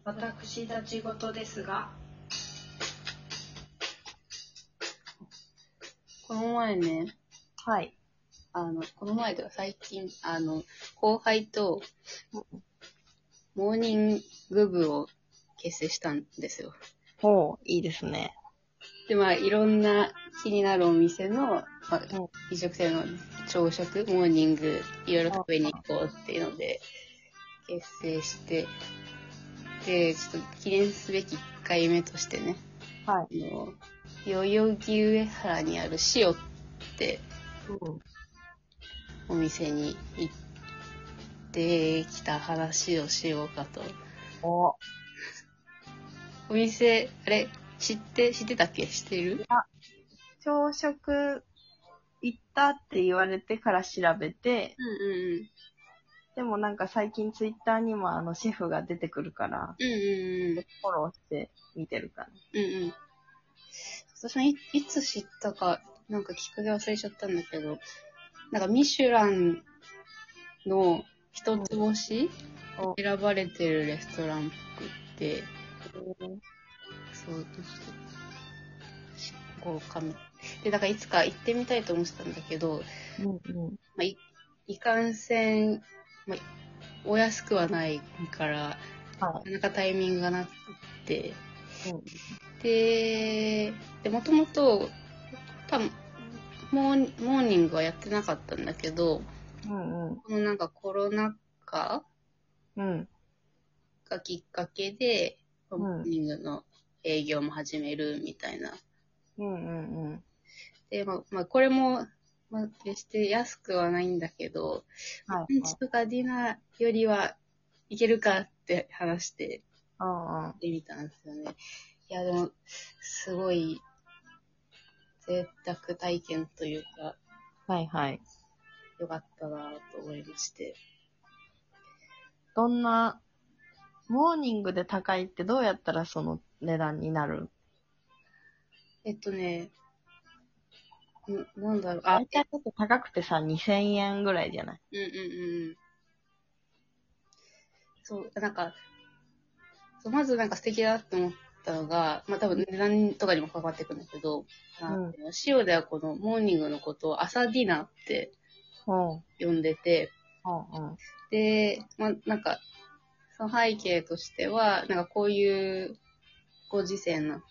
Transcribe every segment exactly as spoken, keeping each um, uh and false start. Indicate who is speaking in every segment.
Speaker 1: 私たち事ですが、
Speaker 2: この前ね、
Speaker 3: はい。
Speaker 2: あの、この前では最近、あの、後輩と、モーニング部を結成したんですよ。
Speaker 3: ほう、いいですね。
Speaker 2: で、まあ、いろんな気になるお店の、まあ、
Speaker 3: うん。
Speaker 2: 飲食店の朝食、モーニング、いろいろ食べに行こうっていうので、結成して、で、ちょっと記念すべきいっかいめとしてね、
Speaker 3: は
Speaker 2: あの、代々木上原にある塩って
Speaker 3: うん。
Speaker 2: お店に行ってきた話をしようかと。
Speaker 3: お、
Speaker 2: お店、あれ、知って、知ってたっけ？知ってる？
Speaker 3: 朝食行ったって言われてから調べて、
Speaker 2: うんうん
Speaker 3: でもなんか最近ツイッターにもあのシェフが出てくるから、
Speaker 2: うん。うんうんうん。
Speaker 3: フォローして見てるから。
Speaker 2: うんうん。私もい、いつ知ったか、なんかきっかけ忘れちゃったんだけど、なんかミシュランの一つ星
Speaker 3: お、
Speaker 2: 選ばれてるレストランっぽくって、
Speaker 3: うん
Speaker 2: そう、ちょっと、し豪華め。で、だからいつか行ってみたいと思ってたんだけど、
Speaker 3: うん。
Speaker 2: まあ、い、いかんせん、まあ、お安くはないから、
Speaker 3: は
Speaker 2: なかなかタイミングがなくて、
Speaker 3: い。うん。
Speaker 2: で、で、もともと、多分モー、モーニングはやってなかったんだけど、
Speaker 3: うんうん。
Speaker 2: このなんかコロナ禍
Speaker 3: うん。
Speaker 2: がきっかけで、
Speaker 3: うん
Speaker 2: モーニングの営業も始めるみたいな。
Speaker 3: うんうんうん。
Speaker 2: で、まあ、まあ、これも、まあ、決して安くはないんだけど、
Speaker 3: はい。
Speaker 2: ランチとかディナーよりはいけるかって話して
Speaker 3: うんうん。
Speaker 2: みたんですよね。いや、でも、すごい贅沢体験というか、
Speaker 3: はいはい。
Speaker 2: よかったなと思いまして。
Speaker 3: どんな、モーニングで高いってどうやったらその値段になる？
Speaker 2: えっとね、んなんだろう、あ、
Speaker 3: 大体ちょっと高くてさ、にせんえんぐらいじゃない？
Speaker 2: うんうんうん。そう、なんか、そうまずなんか素敵だなって思ったのが、まあ多分値段とかにも関わってくるんだけど、あの
Speaker 3: うん。
Speaker 2: 塩ではこのモーニングのことを朝ディナーって
Speaker 3: うん。
Speaker 2: 呼んでて、
Speaker 3: うんうん。
Speaker 2: で、まあなんか、その背景としては、なんかこういうご時世になって、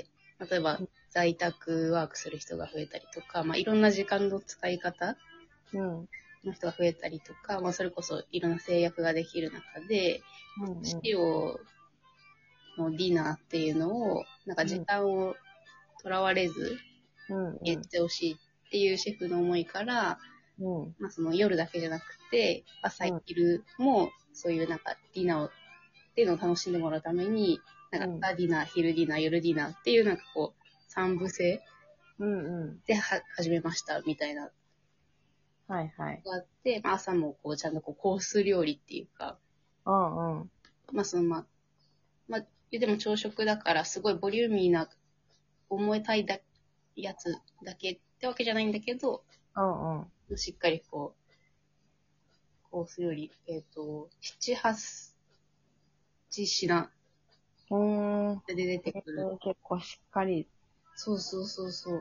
Speaker 2: 例えば在宅ワークする人が増えたりとか、まあいろんな時間の使い方
Speaker 3: うん。
Speaker 2: の人が増えたりとか、まあそれこそいろんな制約ができる中で、
Speaker 3: うんうん。
Speaker 2: 塩のディナーっていうのを、なんか時間をとらわれず
Speaker 3: うん
Speaker 2: やってほしいっていうシェフの思いから、
Speaker 3: うん。
Speaker 2: まあその夜だけじゃなくて、朝
Speaker 3: うん
Speaker 2: 昼もそういうなんかディナーをっていうのを楽しんでもらうために、なんか朝ディナー、昼ディナー、夜ディナーっていうなんかこう、三部制
Speaker 3: うんうん。
Speaker 2: では始めましたみたいな
Speaker 3: はいはい。
Speaker 2: のがあって、まあ、朝もこうちゃんとこうコース料理っていうか、
Speaker 3: うんうん。
Speaker 2: まあそのまあ、まあ、言うても朝食だからすごいボリューミーな思いたいだやつだけってわけじゃないんだけど、
Speaker 3: うんうん。
Speaker 2: しっかりこう、コース料理、えっ、と、七八品
Speaker 3: うーん。
Speaker 2: で出てくる。
Speaker 3: 結構しっかり。
Speaker 2: そうそうそうそう。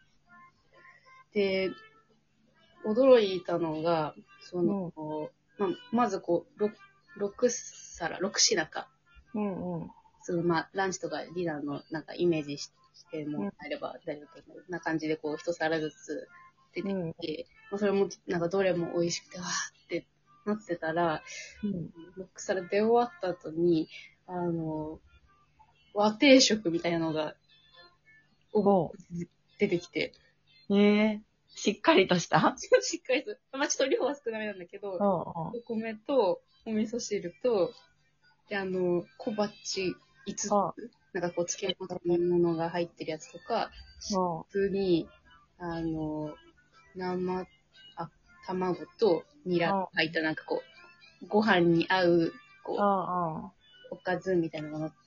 Speaker 2: で、驚いたのが、その、まあ、まずこう、ろく、六皿、ろく品か。
Speaker 3: うんうん。
Speaker 2: そのまあ、ランチとかディナーのなんかイメージしてもらえれば大丈夫と思う。な感じでこう、一皿ずつ出てきて、まあ、それもなんかどれも美味しくて、わーってなってたら、
Speaker 3: うん。
Speaker 2: ろく皿出終わった後に、あの、和定食みたいなのが、お出てきて。
Speaker 3: ええー、しっかりとした
Speaker 2: しっかりと、まあちょっと量は少なめなんだけど、
Speaker 3: うんうん。
Speaker 2: お米とお味噌汁と、で、あの、小鉢いつつ、なんかこう、漬物が入ってるやつとか、普通に、あの、生、あ、卵とニラが入ったなんかこう、ご飯に合う、こう、おかずみたいなのが乗った、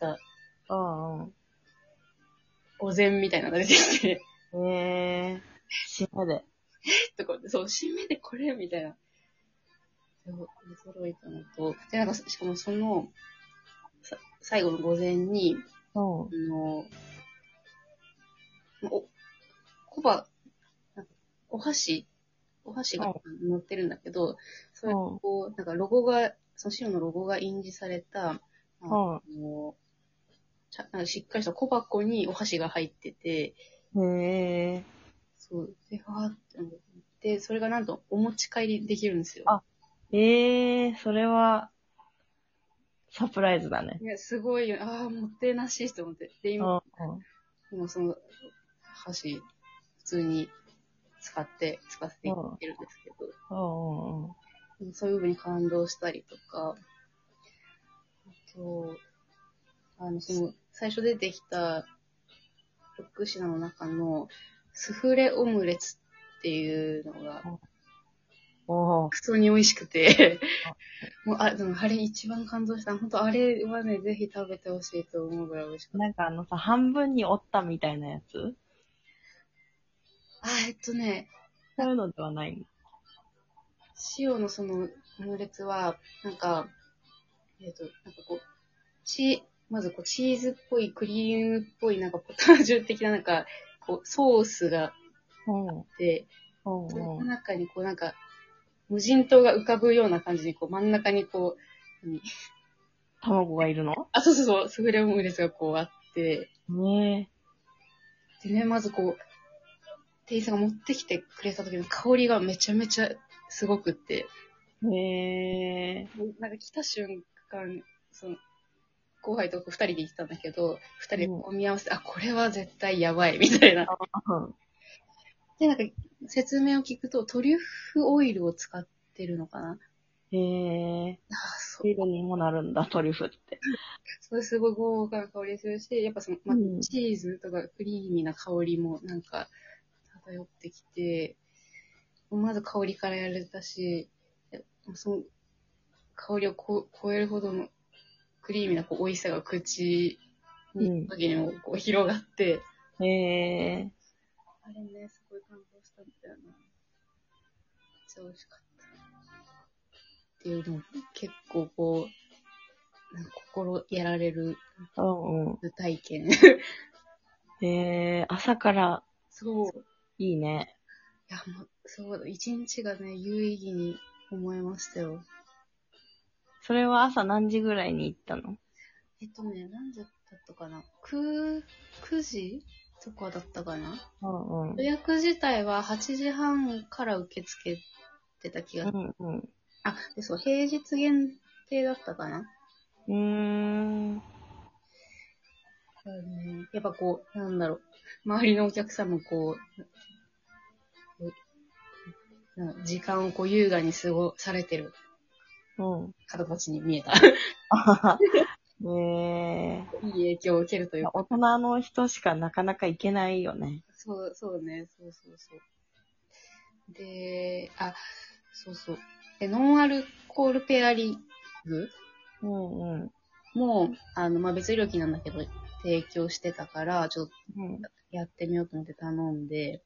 Speaker 2: お膳みたいなのが出てきて、
Speaker 3: ええー、締めで。
Speaker 2: とか、そう、締めでこれみたいな。驚いたのと、で、なんか、しかもその、 さ最後の午前に、
Speaker 3: うん。
Speaker 2: あの、お、小ば、お箸お箸が乗ってるんだけど、それこう、なんかロゴが、その白のロゴが印字された、あの、ちゃなんかしっかりした小箱にお箸が入ってて、
Speaker 3: へえ。
Speaker 2: そう、で、わーって思って、それがなんとお持ち帰りできるんですよ。
Speaker 3: あ、ええー、それは、サプライズだね。
Speaker 2: いや、すごいよ。ああ、もってなしいと思って。で、今、今その箸、普通に使って、使っていってるんですけど、うん、そういう部分に感動したりとか、あと、あの、その、最初出てきた、ロックシナの中の、スフレオムレツっていうのが、クソに美味しくて、もう、あ、でもあれ一番感動した。本当あれはね、ぜひ食べてほしいと思うぐらい美味しかった。
Speaker 3: なんかあのさ、半分に折ったみたいなやつ
Speaker 2: あ、えっとね、
Speaker 3: そういうのではないの？
Speaker 2: 塩のそのオムレツは、なんか、えっと、なんかこう、チまずこうチーズっぽい、クリームっぽい、なんかポタージュ的ななんか、こう、ソースがあって、うんうん、その中にこうなんか、無人島が浮かぶような感じに、こう真ん中にこう、何
Speaker 3: 卵がいるの？
Speaker 2: あ、そうそうそう、スフレオムレツがこうあって、
Speaker 3: ね
Speaker 2: でね、まずこう、店員さんが持ってきてくれた時の香りがめちゃめちゃすごくって、
Speaker 3: へえー。
Speaker 2: なんか来た瞬間、その、後輩と二人で行ってたんだけど、二人でこう見合わせて、うん、あ、これは絶対やばい、みたいな。で、なんか、説明を聞くと、トリュフオイルを使ってるのかな。
Speaker 3: へえ。あ、そう。ビールにもなるんだ、トリュフって。
Speaker 2: それすごい豪華な香りするし、やっぱその、ま、うん、チーズとかクリーミーな香りもなんか漂ってきて、まず香りからやれたし、その香りをこ超えるほどのクリーミーなこう美味しさが口に行った時にもこう広がって、
Speaker 3: うん、へー。
Speaker 2: あれね、すごい感動したんだよな。めっちゃ美味しかった。っていうのも結構こう、なんか心やられる体験。うんうん、
Speaker 3: へー、朝から
Speaker 2: そう
Speaker 3: いいね。
Speaker 2: いや、もう、そう、一日がね、有意義に思いましたよ。
Speaker 3: それは朝何時ぐらいに行ったの？
Speaker 2: えっとね、何時だったかな ?く、くじとかだったかな、うんうん、予約自体ははちじはんから受け付けてた気がする。うんうん、あ、で、そう、平日限定だったかなうーん。やっぱこう、なんだろう、周りのお客さんもこう、時間をこう優雅に過ごされてる方たちに見えた。
Speaker 3: うん、へ
Speaker 2: ーいい影響を受けるというか。
Speaker 3: 大人の人しかなかなか行けないよね。
Speaker 2: そう、そうね。そうそうそう。で、あ、そうそう。で、ノンアルコールペアリングうんうん。もう、あの、まあ、別料金なんだけど、提供してたから、ちょっとやってみようと思って頼んで、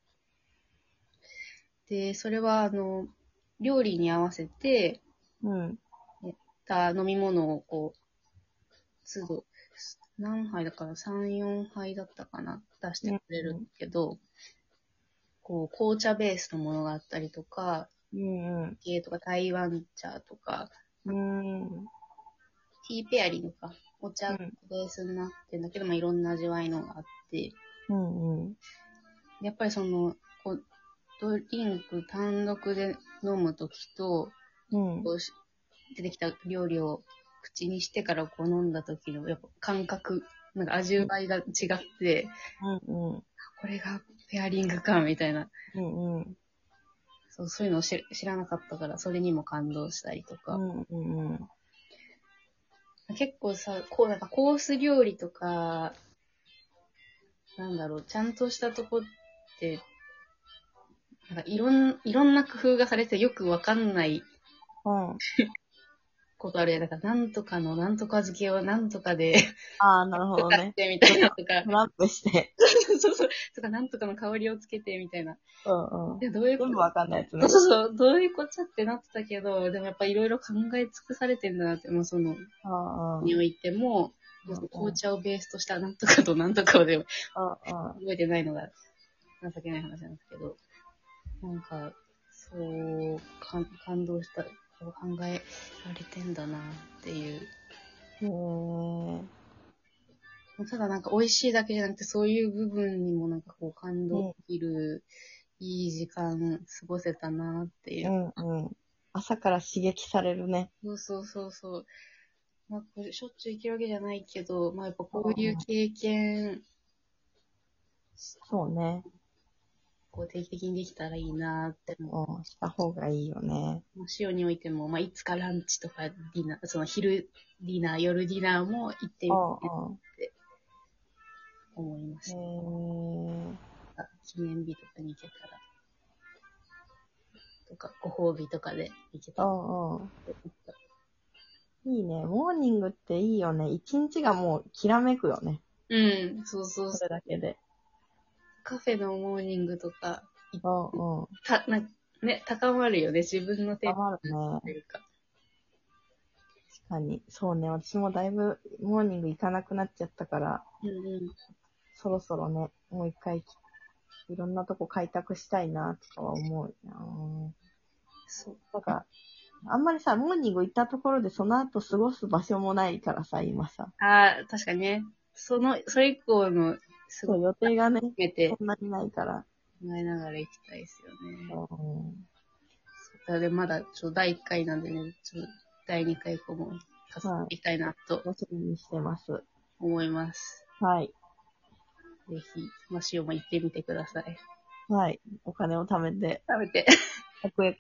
Speaker 2: で、それは、あの、料理に合わせて、うん。た飲み物をこう、都度、何杯だからさん、よんはいだったかな出してくれるけど、うん、こう、紅茶ベースのものがあったりとか、うんうん、系とか台湾茶とか、うん、ティーペアリングか、お茶ベースになってんだけど、うん、まあ、いろんな味わいのがあって、うんうん、やっぱりその、こうドリンク単独で飲むときと、うん、出てきた料理を口にしてからこう飲んだときのやっぱ感覚、なんか味わいが違って、うんうん、これがペアリングか、みたいな、うんうん、そう。そういうのを知らなかったから、それにも感動したりとか。うんうんうん、結構さ、こうなんかコース料理とか、なんだろう、ちゃんとしたとこって、なんかいろん、いろんな工夫がされてよくわかんない、うん、 ことあるやん。だから、なんとかのなんとか漬けをなんとかで、
Speaker 3: ああ、なるほど
Speaker 2: とかっ
Speaker 3: ね。
Speaker 2: てみたいなとか
Speaker 3: ト、ランプして。
Speaker 2: そうそう、とか、なんとかの香りをつけてみたいな。
Speaker 3: うんうん。
Speaker 2: で、どういうこ
Speaker 3: 全部わかんないやつ
Speaker 2: と、
Speaker 3: ね。
Speaker 2: そうそう、どういうこっちゃってなってたけど、でもやっぱいろいろ考え尽くされてんだなって、もうその、
Speaker 3: ああ。
Speaker 2: においても、
Speaker 3: うんうん
Speaker 2: 紅茶をベースとしたなんとかとなんとかをでも
Speaker 3: ああ。
Speaker 2: 覚えてないのが情けない話なんですけど、なんか、そう、か感動した、考えられてんだなっていう。
Speaker 3: へえ。
Speaker 2: ただなんか美味しいだけじゃなくて、そういう部分にもなんかこう感動できる、いい時間過ごせたなっていうう。
Speaker 3: んうん。朝から刺激されるね。
Speaker 2: そうそうそうそう。まあ、これしょっちゅう行けるわけじゃないけど、まあやっぱこういう経験、
Speaker 3: そうね。
Speaker 2: こう定期的にできたらいいなって思う。
Speaker 3: うん。した方がいいよね。
Speaker 2: まあ、塩においても、まあ、いつかランチとかディナー、その昼ディナー、夜ディナーも行ってみ
Speaker 3: うん
Speaker 2: て
Speaker 3: うん。
Speaker 2: って思いまし
Speaker 3: へえ。
Speaker 2: た。記念日とかに行けたら。とか、ご褒美とかで行けた
Speaker 3: う
Speaker 2: ら。
Speaker 3: んうん。いいね。モーニングっていいよね。一日がもうきらめくよね。
Speaker 2: うん、そうそう
Speaker 3: そ
Speaker 2: そう。
Speaker 3: れだけで。
Speaker 2: カフェのモーニングとか、
Speaker 3: うんうん。
Speaker 2: た、な、ね、高まるよね。自分のテン
Speaker 3: たまる
Speaker 2: ションと
Speaker 3: ね。
Speaker 2: いうか。
Speaker 3: 確かに。そうね。私もだいぶモーニング行かなくなっちゃったから、
Speaker 2: うんうん。
Speaker 3: そろそろね、もう一回、いろんなとこ開拓したいな、とかは思うな。
Speaker 2: そう。
Speaker 3: なんか、あんまりさ、モーニング行ったところでその後過ごす場所もないからさ、今さ。
Speaker 2: ああ、確かにね。その、それ以降の、す
Speaker 3: そう、
Speaker 2: ごい
Speaker 3: 予定がね、
Speaker 2: 決めて
Speaker 3: そんなにないから。
Speaker 2: 考えながら行きたいですよね。
Speaker 3: うん
Speaker 2: それでまだちょっとだいいっかいなんでね、ちょっとだいにかい以降も助けていきたいなと
Speaker 3: 楽しみにしてます。
Speaker 2: 思います。
Speaker 3: はい。
Speaker 2: ぜひ、マシオも行ってみてください。
Speaker 3: はい。お金を貯めて、
Speaker 2: 食べて。
Speaker 3: たこ焼き